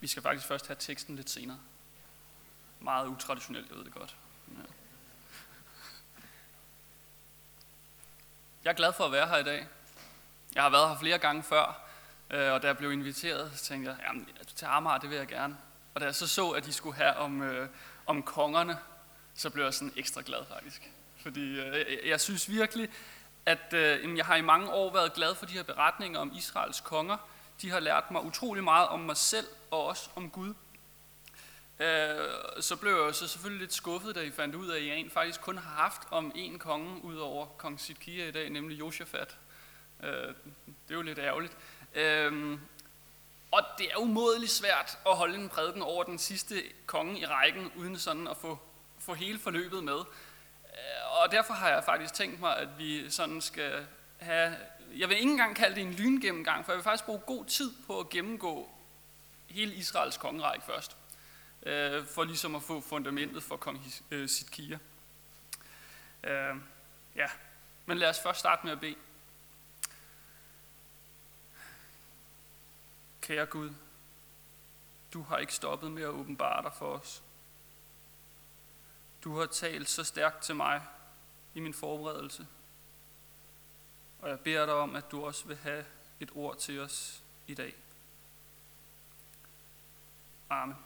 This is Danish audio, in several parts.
Vi skal faktisk først have teksten lidt senere. Meget utraditionelt, jeg ved det godt. Ja. Jeg er glad for at være her i dag. Jeg har været her flere gange før, og da jeg blev inviteret, så tænkte jeg, jamen, til Amager, det vil jeg gerne. Og da jeg så, at de skulle have om kongerne, så blev jeg sådan ekstra glad faktisk. Fordi jeg synes virkelig, at jeg har i mange år været glad for de her beretninger om Israels konger. De har lært mig utrolig meget om mig selv og også om Gud. Så blev jeg så selvfølgelig lidt skuffet, da I fandt ud af, at jeg faktisk kun har haft om én konge, ud over kong Sidkia i dag, nemlig Josafat. Det er jo lidt ærgerligt. Og det er umådeligt svært at holde en prædiken over den sidste konge i rækken, uden sådan at få hele forløbet med. Og derfor har jeg faktisk tænkt mig, at vi sådan skal have... Jeg vil ikke engang kalde det en lyngennemgang, for jeg vil faktisk bruge god tid på at gennemgå hele Israels kongerække først. For ligesom at få fundamentet for kong Sidkia. Ja, men lad os først starte med at bede. Kære Gud, du har ikke stoppet med at åbenbare dig for os. Du har talt så stærkt til mig i min forberedelse, og jeg beder dig om, at du også vil have et ord til os i dag. Amen.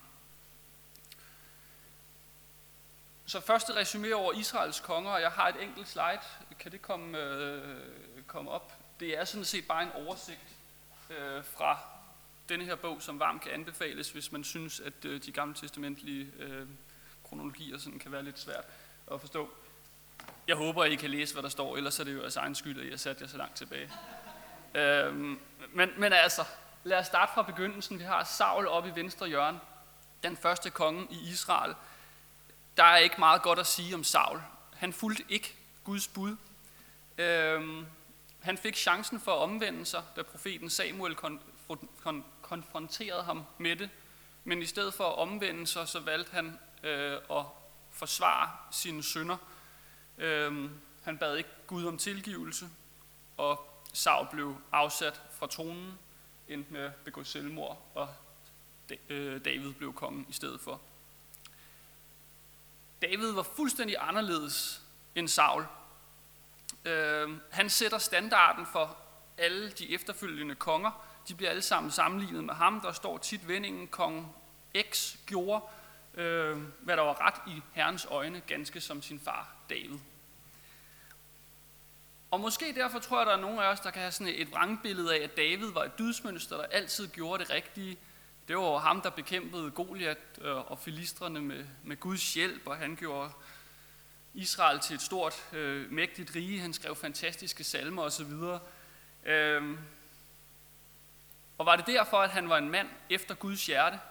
Så første resumé over Israels konger, og jeg har et enkelt slide. Kan det komme op? Det er sådan set bare en oversigt fra denne her bog, som varmt kan anbefales, hvis man synes, at de gamle testamentlige kronologier sådan kan være lidt svært at forstå. Jeg håber, at I kan læse, hvad der står, ellers er det jo jeres egen skyld, at I har sat jer så langt tilbage. Men altså, lad os starte fra begyndelsen. Vi har Saul oppe i venstre hjørne, den første konge i Israel. Der er ikke meget godt at sige om Saul. Han fulgte ikke Guds bud. Han fik chancen for at omvende sig, da profeten Samuel konfronterede ham med det. Men i stedet for at omvende sig, så valgte han at forsvare sine synder. Han bad ikke Gud om tilgivelse, og Saul blev afsat fra tronen, endte med at begå selvmord, og David blev kongen i stedet for. David var fuldstændig anderledes end Saul. Han sætter standarden for alle de efterfølgende konger. De bliver alle sammen sammenlignet med ham. Der står tit vendingen, kong X gjorde, hvad der var ret i Herrens øjne, ganske som sin far David. Og måske derfor tror jeg, der er nogle af os, der kan have sådan et vrangbillede af, at David var et dydsmønster, der altid gjorde det rigtige. Det var ham, der bekæmpede Goliat og filistrene med Guds hjælp, og han gjorde Israel til et stort, mægtigt rige. Han skrev fantastiske salmer osv. Og var det derfor, at han var en mand efter Guds hjerte?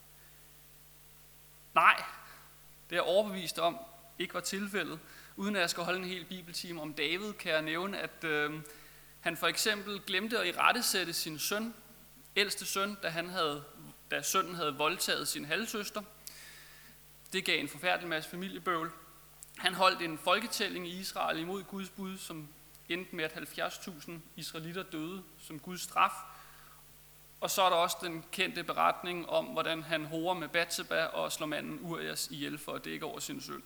Nej, det er jeg overbevist om ikke var tilfældet. Uden at jeg skal holde en hel bibeltime om David, kan jeg nævne, at han for eksempel glemte at irettesætte sin søn, ældste søn, da sønnen havde voldtaget sin halvsøster. Det gav en forfærdelig masse familiebøvl. Han holdt en folketælling i Israel imod Guds bud, som endte med, at 70.000 israelitter døde som Guds straf. Og så er der også den kendte beretning om, hvordan han horer med Batseba og slår manden Urias ihjel for at dække over sin synd.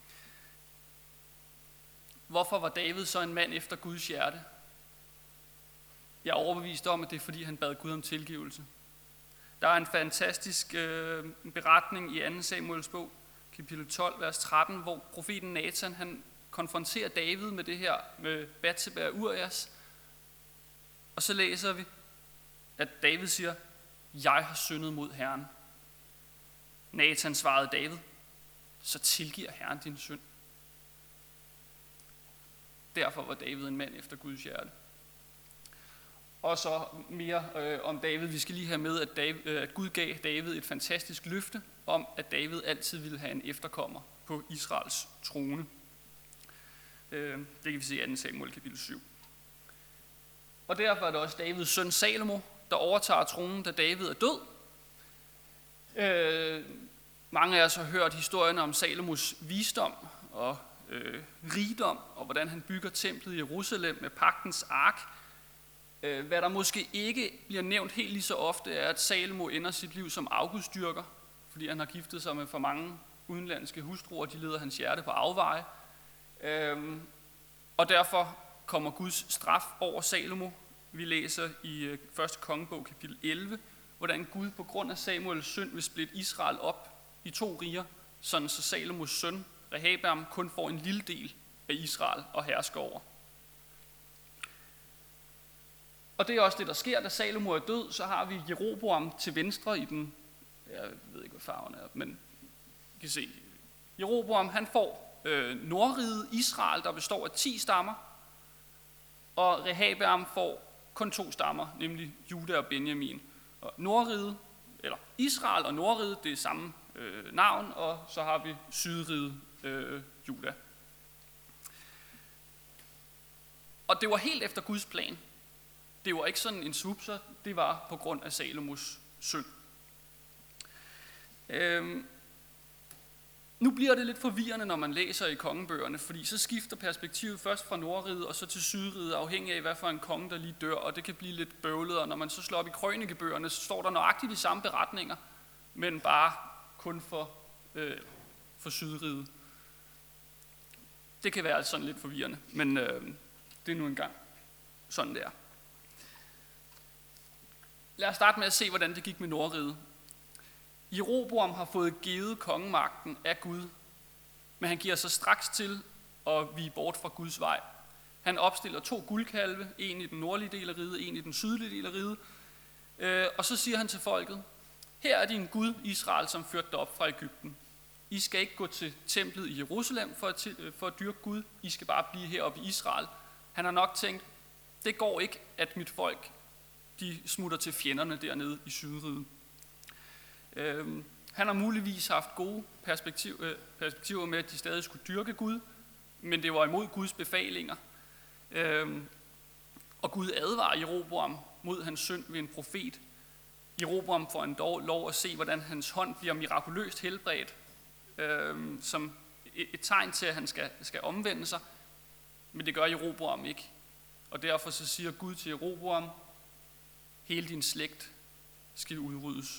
Hvorfor var David så en mand efter Guds hjerte? Jeg er overbevist om, at det er, fordi han bad Gud om tilgivelse. Der er en fantastisk beretning i 2. Samuels bog, kapitel 12, vers 13, hvor profeten Nathan han konfronterer David med det her med Batseba og Urias. Og så læser vi, at David siger, jeg har syndet mod Herren. Nathan svarede David, så tilgiver Herren din synd. Derfor var David en mand efter Guds hjerte. Og så mere om David. Vi skal lige have med, at Gud gav David et fantastisk løfte om, at David altid ville have en efterkommer på Israels trone. Det kan vi se i 2. Samuel kapitel 7. Og derfor er det også Davids søn Salomo, der overtager tronen, da David er død. Mange af os har hørt historierne om Salomos visdom og rigdom, og hvordan han bygger templet i Jerusalem med pagtens ark. Hvad der måske ikke bliver nævnt helt lige så ofte, er, at Salomo ender sit liv som afgudstyrker, fordi han har giftet sig med for mange udenlandske hustruer, de leder hans hjerte på afveje. Og derfor kommer Guds straf over Salomo. Vi læser i 1. kongebog kapitel 11, hvordan Gud på grund af Samuels synd vil splitte Israel op i 2 riger, sådan så Salomos søn Rehabeam kun får en lille del af Israel og hersker over. Og det er også det, der sker, da Salomo er død, så har vi Jeroboam til venstre i den, jeg ved ikke, hvad farven er, men I kan se, Jeroboam, han får Nordriget Israel, der består af 10 stammer, og Rehabeam får kun 2 stammer, nemlig Juda og Benjamin. Og Nordriget, eller Israel og Nordriget, det er samme navn, og så har vi Sydriget Juda. Og det var helt efter Guds plan. Det var ikke sådan en svupser, det var på grund af Salomos synd. Nu bliver det lidt forvirrende, når man læser i kongebøgerne, fordi så skifter perspektivet først fra Nordriget og så til Sydriget, afhængig af, hvad for en konge, der lige dør, og det kan blive lidt bøvlet, og når man så slår op i krønikebøgerne, så står der nøjagtigt de samme beretninger, men bare kun for Sydriget. Det kan være sådan lidt forvirrende, men det er nu engang sådan det er. Lad os starte med at se, hvordan det gik med Nordriget. Jeroboam har fået givet kongemagten af Gud, men han giver sig straks til at vige bort fra Guds vej. Han opstiller 2 guldkalve, en i den nordlige del af riget, en i den sydlige del af riget, og så siger han til folket, her er din Gud Israel, som førte dig op fra Egypten. I skal ikke gå til templet i Jerusalem for at dyrke Gud, I skal bare blive heroppe i Israel. Han har nok tænkt, det går ikke, at mit folk de smutter til fjenderne dernede i Sydriget. Han har muligvis haft gode perspektiver med, at de stadig skulle dyrke Gud, men det var imod Guds befalinger. Og Gud advarer Jeroboam mod hans synd ved en profet. Jeroboam får endda lov at se, hvordan hans hånd bliver mirakuløst helbredt, som et tegn til, at han skal omvende sig. Men det gør Jeroboam ikke. Og derfor så siger Gud til Jeroboam, hele din slægt skal udryddes.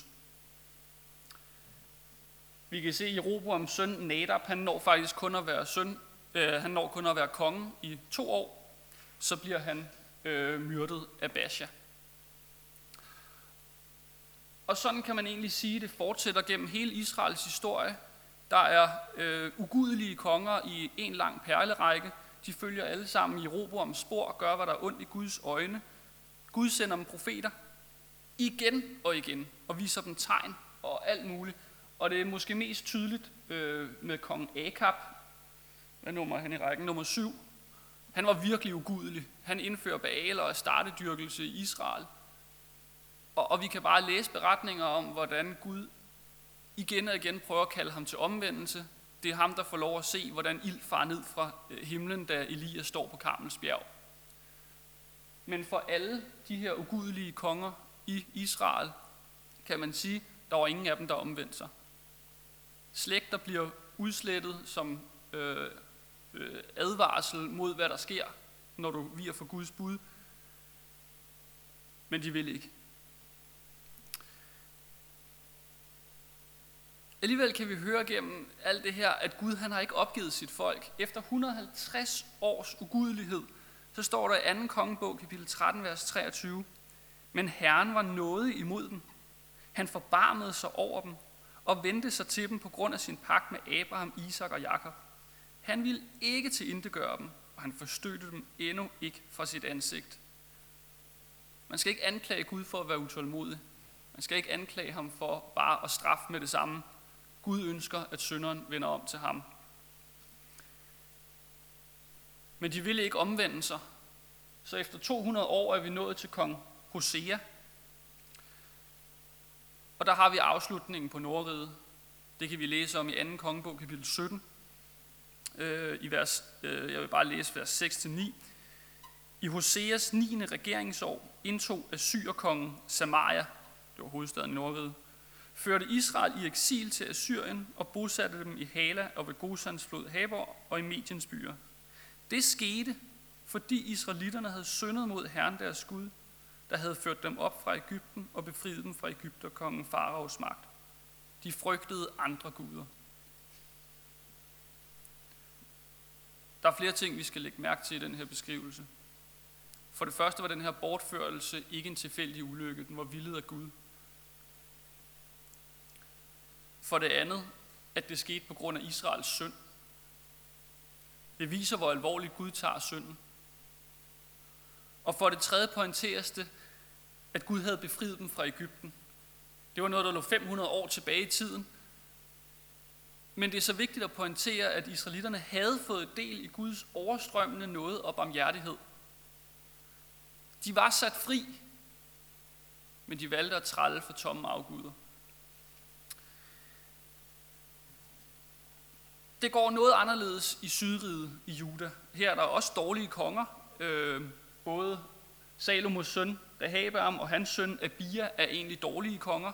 Vi kan se, at Jeroboams søn Nadab, han når faktisk kun at være konge i 2 år. Så bliver han myrdet af Baasha. Og sådan kan man egentlig sige, at det fortsætter gennem hele Israels historie. Der er ugudelige konger i en lang perlerække. De følger alle sammen Jeroboams spor og gør, hvad der er ondt i Guds øjne. Gud sender dem profeter igen og igen og viser dem tegn og alt muligt. Og det er måske mest tydeligt med kong Akab. Hvad nummer er han i rækken? Nummer 7. Han var virkelig ugudelig. Han indfører Baal og astartedyrkelse i Israel. Og vi kan bare læse beretninger om, hvordan Gud igen og igen prøver at kalde ham til omvendelse. Det er ham, der får lov at se, hvordan ild farer ned fra himlen, da Elias står på Karmels bjerg. Men for alle de her ugudelige konger i Israel, kan man sige, der var ingen af dem, der omvendte sig. Slægter bliver udslettet som advarsel mod, hvad der sker, når du viger for Guds bud. Men de vil ikke. Alligevel kan vi høre gennem alt det her, at Gud han har ikke opgivet sit folk. Efter 150 års ugudelighed, så står der i 2. kongebog, kapitel 13, vers 23. Men Herren var nådig imod dem. Han forbarmede sig over dem og vendte sig til dem på grund af sin pagt med Abraham, Isak og Jakob. Han ville ikke tilintetgøre dem, og han forstødte dem endnu ikke fra sit ansigt. Man skal ikke anklage Gud for at være utålmodig. Man skal ikke anklage ham for bare at straffe med det samme. Gud ønsker, at synderen vender om til ham. Men de ville ikke omvende sig. Så efter 200 år er vi nået til kong Hosea. Og der har vi afslutningen på Nordriget. Det kan vi læse om i 2. kongebog, kapitel 17. Jeg vil bare læse vers 6-9. I Hoseas 9. regeringsår indtog Assyrkongen Samaria, det var hovedstaden i Nordriget, førte Israel i eksil til Assyrien og bosatte dem i Hala og ved Gosans flod Habor og i Mediens byer. Det skete, fordi israelitterne havde syndet mod Herren deres Gud der havde ført dem op fra Egypten og befriet dem fra egypterkongen Faraos magt. De frygtede andre guder. Der er flere ting, vi skal lægge mærke til i den her beskrivelse. For det første var den her bortførelse ikke en tilfældig ulykke, den var villet af Gud. For det andet, at det skete på grund af Israels synd. Det viser, hvor alvorligt Gud tager synden. Og for det tredje pointeres det, at Gud havde befriet dem fra Egypten. Det var noget, der lå 500 år tilbage i tiden. Men det er så vigtigt at pointere, at israelitterne havde fået del i Guds overstrømmende nåde og barmhjertighed. De var sat fri, men de valgte at trælle for tomme afguder. Det går noget anderledes i Sydriget i Juda. Her er der også dårlige konger. Både Salomos søn Rehabeam og hans søn Abia er egentlig dårlige konger.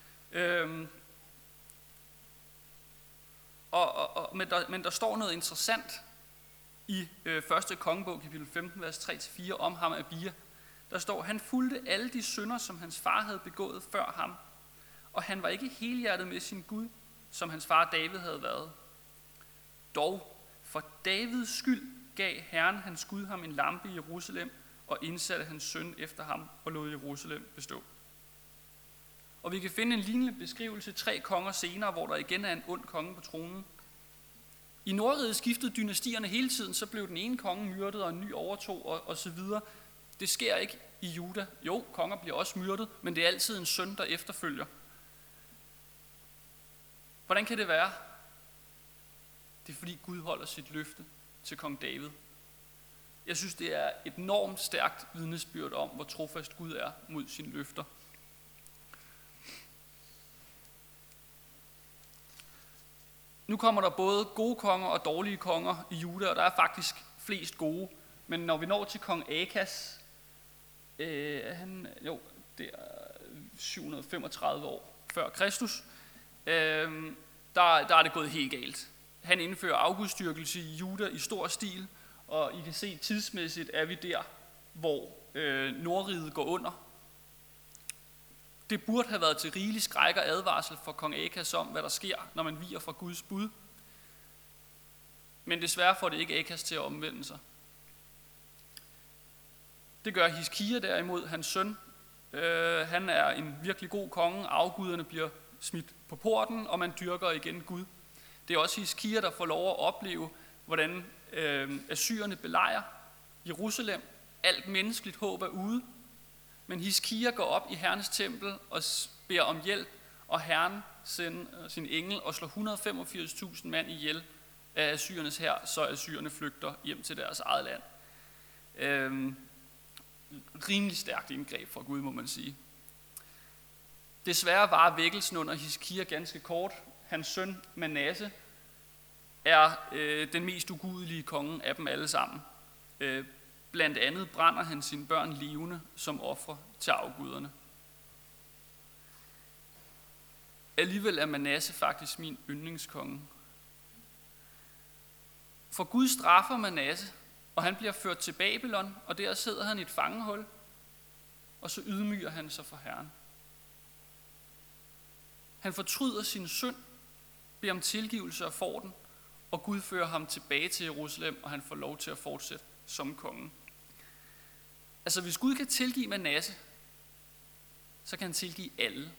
Men der står noget interessant i 1. kongebog, kapitel 15, vers 3-4 om ham, Abia. Der står, han fulgte alle de synder, som hans far havde begået før ham, og han var ikke helhjertet med sin Gud, som hans far David havde været. Dog, for Davids skyld gav Herren hans Gud ham en lampe i Jerusalem, og indsatte hans søn efter ham og lod Jerusalem bestå. Og vi kan finde en lignende beskrivelse 3 konger senere, hvor der igen er en ond konge på tronen. I Nordriget skiftede dynastierne hele tiden, så blev den ene konge myrdet, og en ny overtog, og så videre. Det sker ikke i Juda. Jo, konger bliver også myrdet, men det er altid en søn, der efterfølger. Hvordan kan det være? Det er fordi Gud holder sit løfte til kong David. Jeg synes, det er et enormt stærkt vidnesbyrd om, hvor trofast Gud er mod sine løfter. Nu kommer der både gode konger og dårlige konger i Juda, og der er faktisk flest gode. Men når vi når til kong Akas, det er 735 år før Kristus, der er det gået helt galt. Han indfører afgudstyrkelse i Juda i stor stil, og I kan se tidsmæssigt er vi der, hvor Nordriget går under. Det burde have været til rigelig skræk og advarsel for kong Akas om, hvad der sker, når man viger fra Guds bud. Men desværre får det ikke Akas til at omvende sig. Det gør Hiskia derimod, hans søn. Han er en virkelig god konge. Afguderne bliver smidt på porten, og man dyrker igen Gud. Det er også Hiskia, der får lov at opleve, hvordan assyrerne belejrer Jerusalem. Alt menneskeligt håb er ude. Men Hiskia går op i Herrens tempel og beder om hjælp, og Herren sender sin engel og slår 185.000 mand ihjel af assyrernes hær, så assyrerne flygter hjem til deres eget land. Rimelig stærkt indgreb fra Gud, må man sige. Desværre var vækkelsen under Hiskia ganske kort. Hans søn Manasse er den mest ugudelige konge af dem alle sammen. Blandt andet brænder han sine børn levende som ofre til afguderne. Alligevel er Manasse faktisk min yndlingskonge. For Gud straffer Manasse, og han bliver ført til Babylon, og der sidder han i et fangehul, og så ydmyger han sig for Herren. Han fortryder sin synd, beder om tilgivelse og får den, og Gud fører ham tilbage til Jerusalem, og han får lov til at fortsætte som konge. Altså hvis Gud kan tilgive Manasse, så kan han tilgive alle.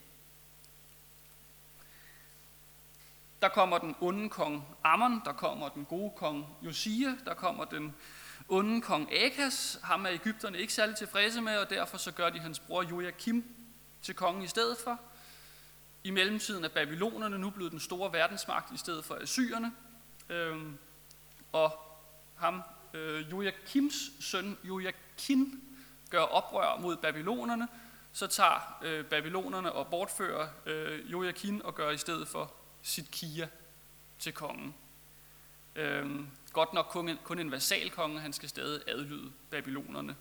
Der kommer den onde kong Ammon, der kommer den gode kong Josia, der kommer den onde kong Akas. Ham er egypterne ikke særlig tilfredse med, og derfor så gør de hans bror Joachim til konge i stedet for. I mellemtiden er babylonerne nu blevet den store verdensmagt i stedet for assyrerne. Og ham, Joachims søn Joachim, gør oprør mod babylonerne. Så tager babylonerne og bortfører Joachim og gør i stedet for Sidkia til kongen. Godt nok kun en vasalkonge, han skal stadig adlyde babylonerne.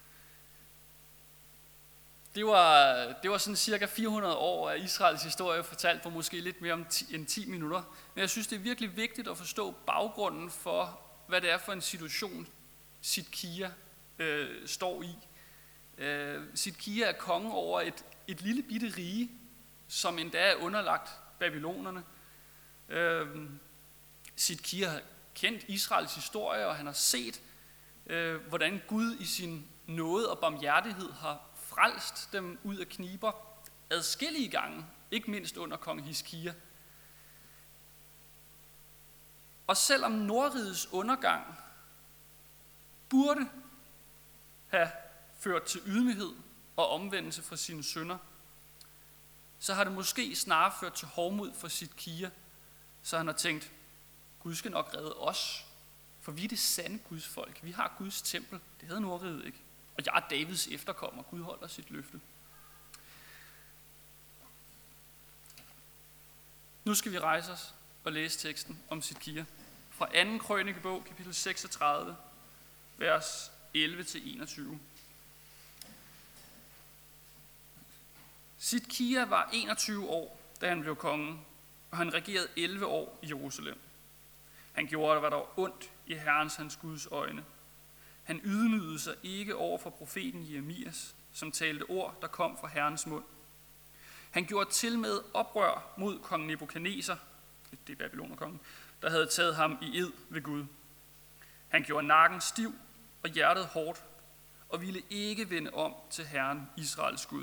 Det var sådan cirka 400 år af Israels historie, fortalt på måske lidt mere end 10 minutter. Men jeg synes, det er virkelig vigtigt at forstå baggrunden for, hvad det er for en situation, Sidkia står i. Sidkia er konge over et lille bitte rige, som endda er underlagt babylonerne. Sidkia har kendt Israels historie, og han har set, hvordan Gud i sin nåde og barmhjertighed har frelst dem ud af kniber adskillige gange, ikke mindst under kong Hiskia. Og selvom Nordrigets undergang burde have ført til ydmyghed og omvendelse fra sine synder, så har det måske snarere ført til hovmod for Sidkia, så han har tænkt, Gud skal nok redde os, for vi er det sande Guds folk. Vi har Guds tempel, det havde Nordriget ikke. Og jeg er Davids efterkommer, Gud holder sit løfte. Nu skal vi rejse os og læse teksten om Sidkia fra 2. krønikebog, kapitel 36, vers 11-21. Sidkia var 21 år, da han blev konge, og han regerede 11 år i Jerusalem. Han gjorde, hvad der var ondt i Herrens, hans Guds øjne. Han ydmygede sig ikke over for profeten Jeremias, som talte ord, der kom fra Herrens mund. Han gjorde til med oprør mod kong Nebukadneser, det er Babylonerkongen, der havde taget ham i ed ved Gud. Han gjorde nakken stiv og hjertet hårdt, og ville ikke vende om til Herren Israels Gud.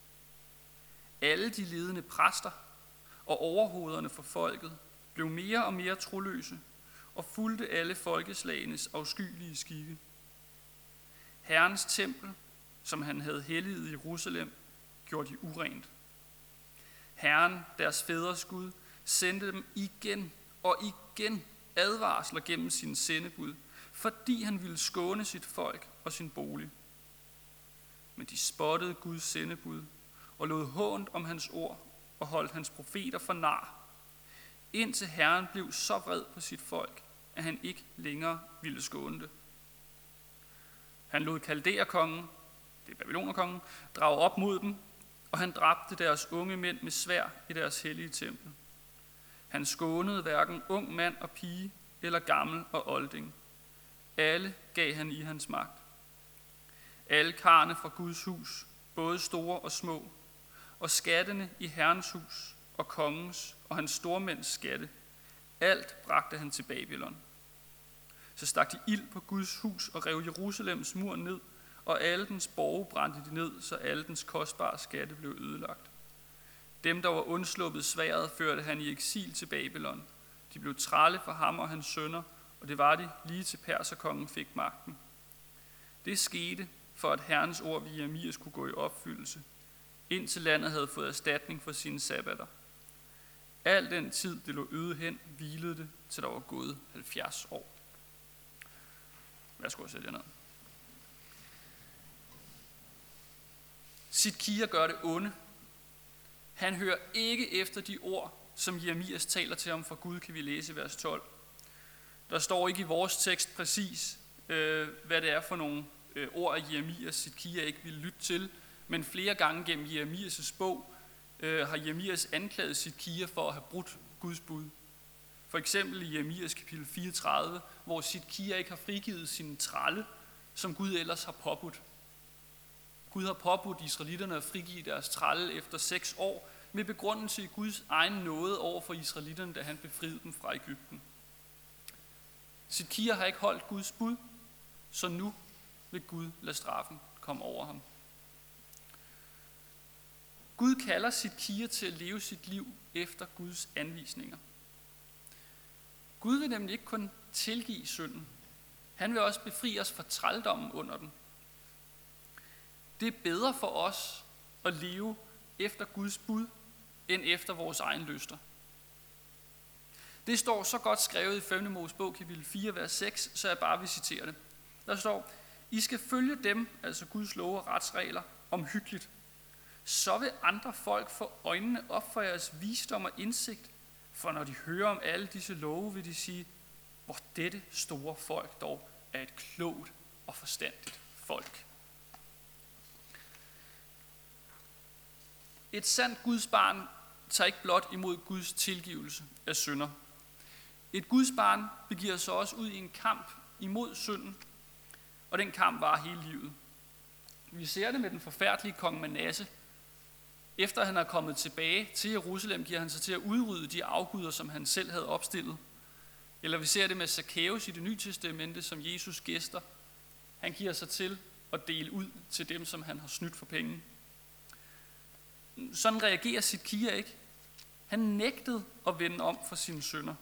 Alle de ledende præster og overhovederne for folket blev mere og mere troløse og fulgte alle folkeslagenes afskyelige skikke. Herrens tempel, som han havde helliget i Jerusalem, gjorde de urent. Herren, deres fædres Gud, sendte dem igen og igen advarsler gennem sin sendebud, fordi han ville skåne sit folk og sin bolig. Men de spottede Guds sendebud og lod hånt om hans ord og holdt hans profeter for nar, indtil Herren blev så vred på sit folk, at han ikke længere ville skåne det. Han lod Kaldæerkongen, det er Babylonerkongen, drage op mod dem, og han dræbte deres unge mænd med sværd i deres hellige tempel. Han skånede hverken ung mand og pige, eller gammel og olding. Alle gav han i hans magt. Alle karne fra Guds hus, både store og små, og skattene i Herrens hus, og kongens og hans stormænds skatte, alt bragte han til Babylon. Så stak de ild på Guds hus og rev Jerusalems mur ned, og alle dens borge brændte de ned, så alle dens kostbare skatte blev ødelagt. Dem, der var undsluppet sværdet, førte han i eksil til Babylon. De blev trælle for ham og hans sønner, og det var de lige til perserkongen fik magten. Det skete, for at Herrens ord ved Jeremias kunne gå i opfyldelse, indtil landet havde fået erstatning for sine sabbater. Al den tid, det lå øde hen, hvilede det, til der var gået 70 år. Værsgo at sætte jer ned. Sidkia gør det onde. Han hører ikke efter de ord, som Jeremias taler til ham fra Gud, kan vi læse i vers 12. Der står ikke i vores tekst præcis, hvad det er for nogle ord af Jeremias, Sidkia ikke ville lytte til, men flere gange gennem Jeremias' bog har Jeremias anklaget Sidkia for at have brudt Guds bud. For eksempel i Jeremias kapitel 34, hvor Sidkia ikke har frigivet sine trælle, som Gud ellers har påbudt. Gud har påbudt israelitterne at frigive deres trælle efter 6 år, med begrundelse i Guds egen nåde over for israelitterne, da han befriede dem fra Egypten. Sidkia har ikke holdt Guds bud, så nu vil Gud lade straffen komme over ham. Gud kalder Sidkia til at leve sit liv efter Guds anvisninger. Gud vil nemlig ikke kun tilgive synden. Han vil også befri os fra trældommen under den. Det er bedre for os at leve efter Guds bud, end efter vores egen lyster. Det står så godt skrevet i 5. Mosebog, kapitel 4, vers 6, så jeg bare vil citere det. Der står, I skal følge dem, altså Guds love og retsregler, omhyggeligt. Så vil andre folk få øjnene op for jeres visdom og indsigt, for når de hører om alle disse love, vil de sige, hvor dette store folk dog er et klogt og forstandigt folk. Et sandt Guds barn tager ikke blot imod Guds tilgivelse af synder. Et Guds barn begiver sig også ud i en kamp imod synden, og den kamp varer hele livet. Vi ser det med den forfærdelige kong Manasse. Efter han er kommet tilbage til Jerusalem, giver han sig til at udrydde de afguder, som han selv havde opstillet. Eller vi ser det med Zacchaeus i Det Nye Testamente, som Jesus gæster. Han giver sig til at dele ud til dem, som han har snydt for penge. Sådan reagerer Zidkia ikke. Han nægtede at vende om for sine synder.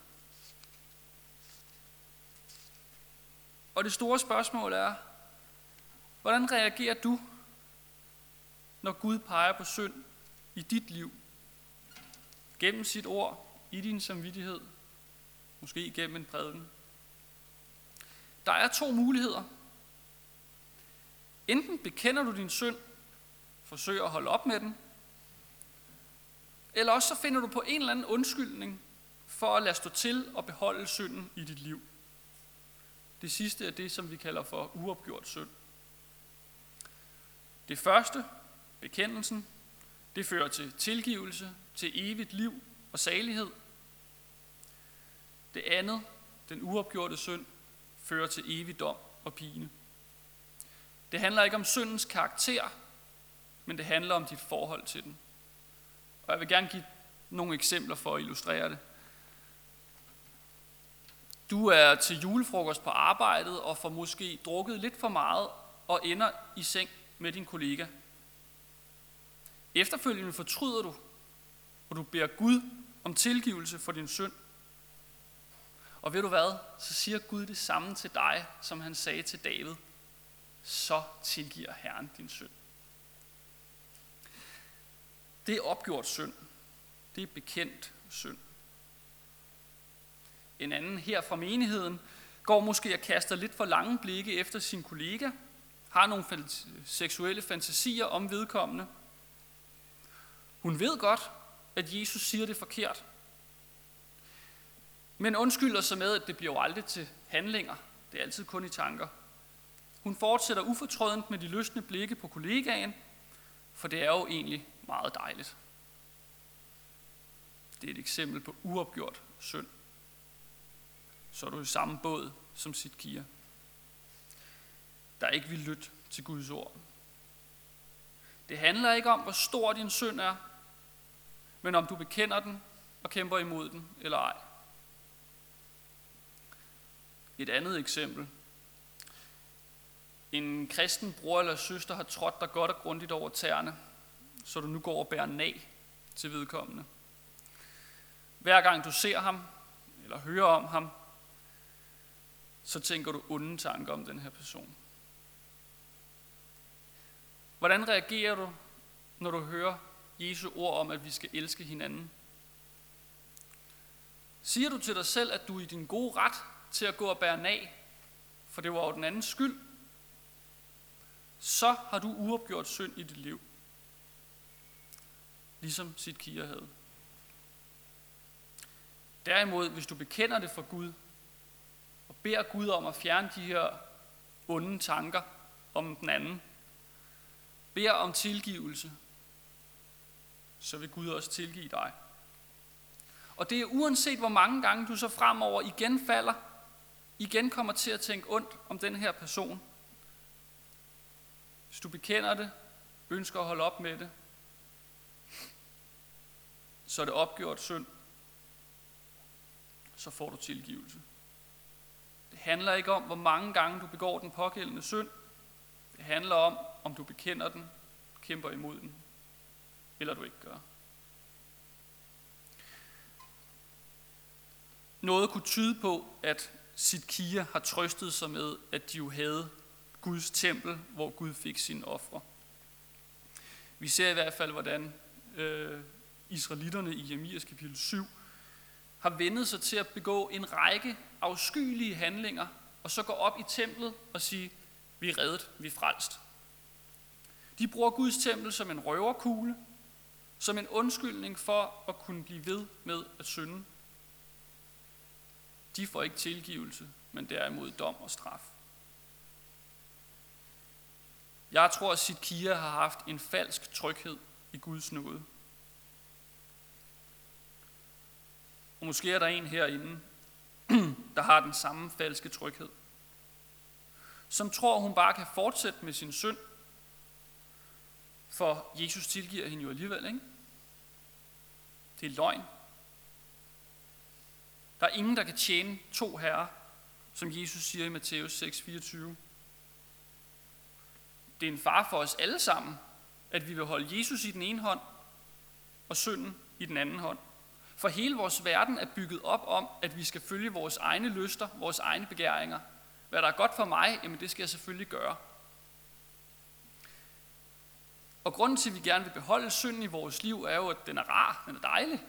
Og det store spørgsmål er, hvordan reagerer du, når Gud peger på synd i dit liv? Gennem sit ord, i din samvittighed, måske gennem en prædiken. Der er 2 muligheder. Enten bekender du din synd, forsøger at holde op med den, eller også så finder du på en eller anden undskyldning for at lade stå til og beholde synden i dit liv. Det sidste er det, som vi kalder for uopgjort synd. Det første, bekendelsen, det fører til tilgivelse, til evigt liv og salighed. Det andet, den uopgjorte synd, fører til evig dom og pine. Det handler ikke om syndens karakter, men det handler om dit forhold til den. Og jeg vil gerne give nogle eksempler for at illustrere det. Du er til julefrokost på arbejdet og får måske drukket lidt for meget og ender i seng med din kollega. Efterfølgende fortryder du, og du beder Gud om tilgivelse for din synd. Og ved du hvad, så siger Gud det samme til dig, som han sagde til David. Så tilgiver Herren din synd. Det er opgjort synd. Det er bekendt synd. En anden her fra menigheden går måske og kaster lidt for lange blikke efter sin kollega, har nogle seksuelle fantasier om vedkommende. Hun ved godt, at Jesus siger det forkert, men undskylder sig med, at det bliver jo aldrig til handlinger. Det er altid kun i tanker. Hun fortsætter ufortrødent med de lystne blikke på kollegaen, for det er jo egentlig meget dejligt. Det er et eksempel på uopgjort synd. Så er du i samme båd som Zidkia, der ikke vil lytte til Guds ord. Det handler ikke om, hvor stor din synd er, men om du bekender den og kæmper imod den eller ej. Et andet eksempel. En kristen bror eller søster har trådt dig godt og grundigt over tæerne, så du nu går og bærer nag til vedkommende. Hver gang du ser ham eller hører om ham, så tænker du onde tanker om den her person. Hvordan reagerer du, når du hører Jesu ord om, at vi skal elske hinanden? Siger du til dig selv, at du er i din gode ret til at gå og bære nag, for det var jo den andens skyld? Så har du uopgjort synd i dit liv, ligesom Zidkia havde. Derimod, hvis du bekender det for Gud, og beder Gud om at fjerne de her onde tanker om den anden, beder om tilgivelse, så vil Gud også tilgive dig. Og det er uanset hvor mange gange du så fremover igen falder, igen kommer til at tænke ondt om den her person. Hvis du bekender det, ønsker at holde op med det, så er det opgjort synd, så får du tilgivelse. Det handler ikke om, hvor mange gange du begår den pågældende synd. Det handler om du bekender den, kæmper imod den, eller du ikke gør. Noget kunne tyde på, at Zidkia har trøstet sig med, at de jo havde Guds tempel, hvor Gud fik sine ofre. Vi ser i hvert fald, hvordan israelitterne i Jeremias kapitel 7 har vendet sig til at begå en række afskyelige handlinger, og så gå op i templet og sige, vi er reddet, vi er frelst. De bruger Guds tempel som en røverkugle, som en undskyldning for at kunne blive ved med at synde. De får ikke tilgivelse, men derimod dom og straf. Jeg tror, at Zidkia har haft en falsk tryghed i Guds nåde. Og måske er der en herinde, der har den samme falske tryghed, som tror, hun bare kan fortsætte med sin synd, For Jesus tilgiver hende jo alligevel, ikke? Det er løgn. Der er ingen, der kan tjene 2 herrer, som Jesus siger i Matthæus 6:24. Det er en fare for os alle sammen, at vi vil holde Jesus i den ene hånd og synden i den anden hånd. For hele vores verden er bygget op om, at vi skal følge vores egne lyster, vores egne begæringer. Hvad der er godt for mig, jamen det skal jeg selvfølgelig gøre. Og grunden til, at vi gerne vil beholde synden i vores liv, er jo, at den er rar, den er dejlig.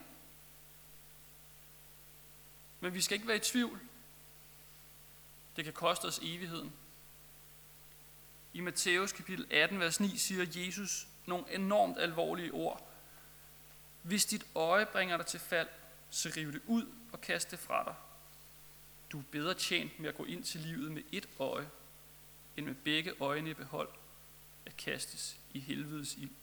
Men vi skal ikke være i tvivl. Det kan koste os evigheden. I Matthæus kapitel 18, vers 9 siger Jesus nogle enormt alvorlige ord. Hvis dit øje bringer dig til fald, så riv det ud og kast det fra dig. Du er bedre tjent med at gå ind til livet med 1 øje, end med begge øjne i behold at kastes i helvedes ild.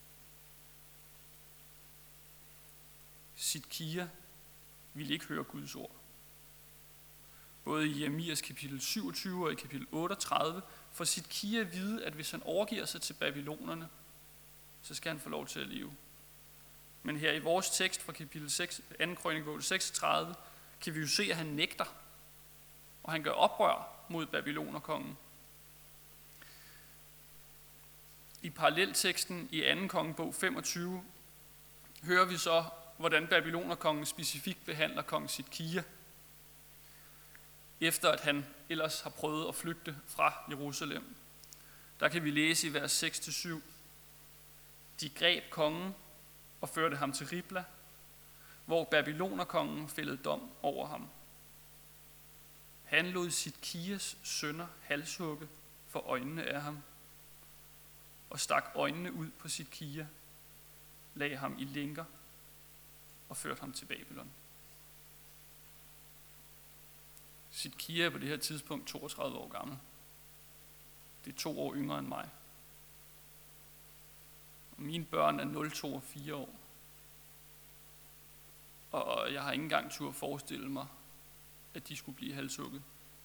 Sidkia ville ikke høre Guds ord. Både i Jeremias kapitel 27 og i kapitel 38 får Sidkia at vide, at hvis han overgiver sig til babylonerne, så skal han få lov til at leve. Men her i vores tekst fra kapitel 6, 2. krønikebog 36, kan vi jo se, at han nægter, og han gør oprør mod babylonerkongen. I parallelteksten i 2. kongebog 25 hører vi så, hvordan babylonerkongen specifikt behandler kong Sidkia, efter at han ellers har prøvet at flygte fra Jerusalem. Der kan vi læse i vers 6-7. De greb kongen og førte ham til Ribla, hvor babylonerkongen fældede dom over ham. Han lod Sidkias sønner halshugge for øjnene af ham, og stak øjnene ud på Sidkia, lagde ham i lænker og førte ham til Babylon. Sidkia er på det her tidspunkt 32 år gammel. Det er 2 år yngre end mig. Og mine børn er 0, 2 og 4 år. Og jeg har ikke engang tur at forestille mig, at de skulle blive halshugget.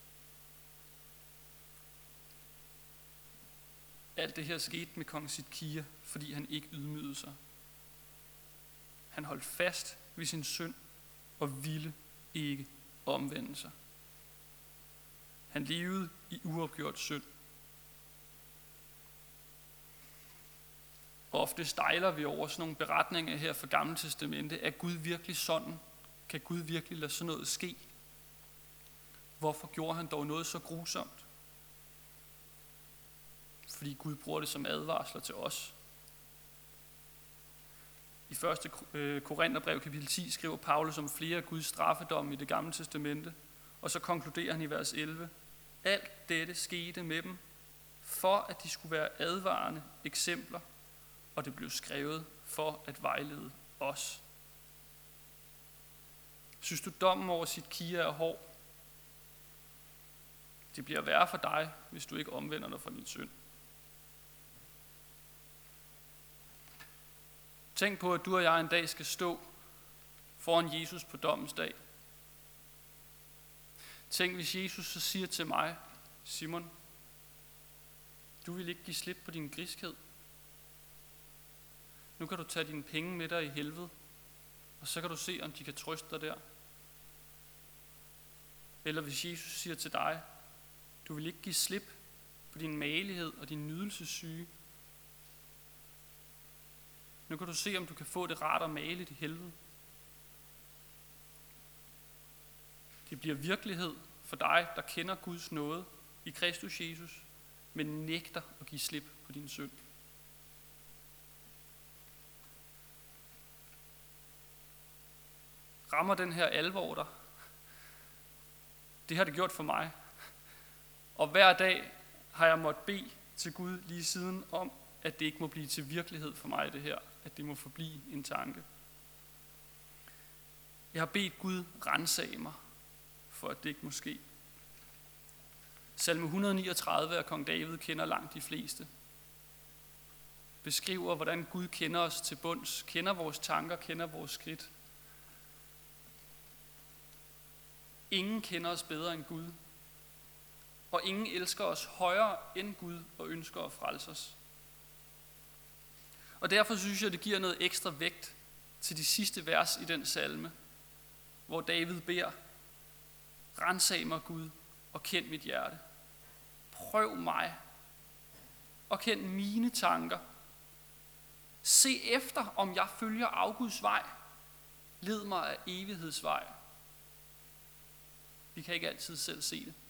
Alt det her skete med kong Sidkia, fordi han ikke ydmygede sig. Han holdt fast ved sin synd og ville ikke omvende sig. Han levede i uopgjort synd. Og ofte stejler vi over sådan nogle beretninger her fra Gamle Testamente. Er Gud virkelig sådan? Kan Gud virkelig lade sådan noget ske? Hvorfor gjorde han dog noget så grusomt? Fordi Gud bruger det som advarsler til os. I 1. Korintherbrev kapitel 10 skriver Paulus om flere af Guds straffedomme i det Gamle Testamente. Og så konkluderer han i vers 11. Alt dette skete med dem, for at de skulle være advarende eksempler, og det blev skrevet for at vejlede os. Synes du, dommen over Sidkia er hård? Det bliver værre for dig, hvis du ikke omvender dig fra din synd. Tænk på, at du og jeg en dag skal stå foran Jesus på dommens dag. Tænk, hvis Jesus så siger til mig, Simon, du vil ikke give slip på din griskhed. Nu kan du tage dine penge med dig i helvede, og så kan du se, om de kan trøste dig der. Eller hvis Jesus siger til dig, du vil ikke give slip på din magelighed og din nydelsessyge. Nu kan du se, om du kan få det rart og mageligt i helvede. Det bliver virkelighed for dig, der kender Guds nåde i Kristus Jesus, men nægter at give slip på din synd. Rammer den her alvor dig? Det har det gjort for mig. Og hver dag har jeg måttet bede til Gud lige siden om, at det ikke må blive til virkelighed for mig det her. At det må forblive en tanke. Jeg har bedt Gud ransage mig, for at det ikke må ske. Salme 139 af kong David kender langt de fleste. Beskriver, hvordan Gud kender os til bunds, kender vores tanker, kender vores skridt. Ingen kender os bedre end Gud, og ingen elsker os højere end Gud og ønsker at frelse os. Og derfor synes jeg, det giver noget ekstra vægt til de sidste vers i den salme, hvor David beder: Ransag mig, Gud, og kend mit hjerte. Prøv mig, og kend mine tanker. Se efter, om jeg følger afguds vej. Led mig af evighedsvej. Vi kan ikke altid selv se det.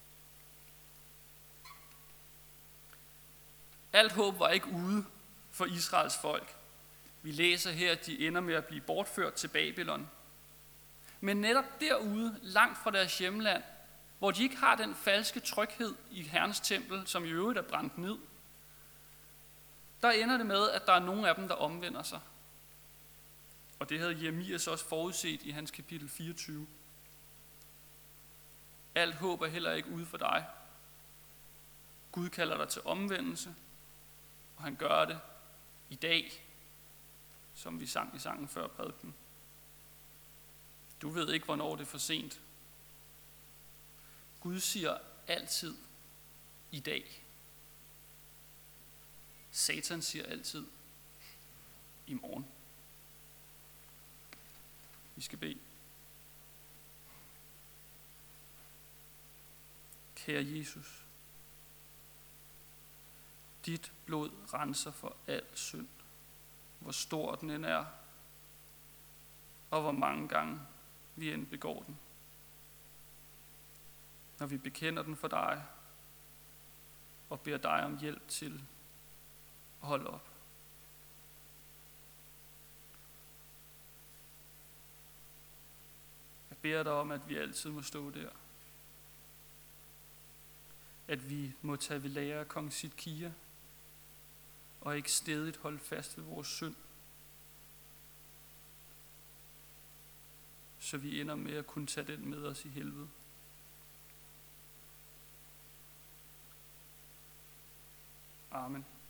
Alt håb var ikke ude for Israels folk. Vi læser her, at de ender med at blive bortført til Babylon. Men netop derude, langt fra deres hjemland, hvor de ikke har den falske tryghed i Herrens tempel, som i øvrigt er brændt ned, der ender det med, at der er nogle af dem, der omvender sig. Og det havde Jeremias også forudset i hans kapitel 24. Alt håb er heller ikke ude for dig. Gud kalder dig til omvendelse, og han gør det i dag, som vi sang i sangen før prædiken. Du ved ikke, hvornår det er for sent. Gud siger altid i dag. Satan siger altid i morgen. Vi skal bede. Kære Jesus, dit blod renser for al synd, hvor stor den end er, og hvor mange gange vi end begår den. Når vi bekender den for dig, og beder dig om hjælp til at holde op. Jeg beder dig om, at vi altid må stå der. At vi må tage ved lære af kong Sidkia, og ikke stædigt holde fast ved vores synd, så vi ender med at kunne tage den med os i helvede. Amen.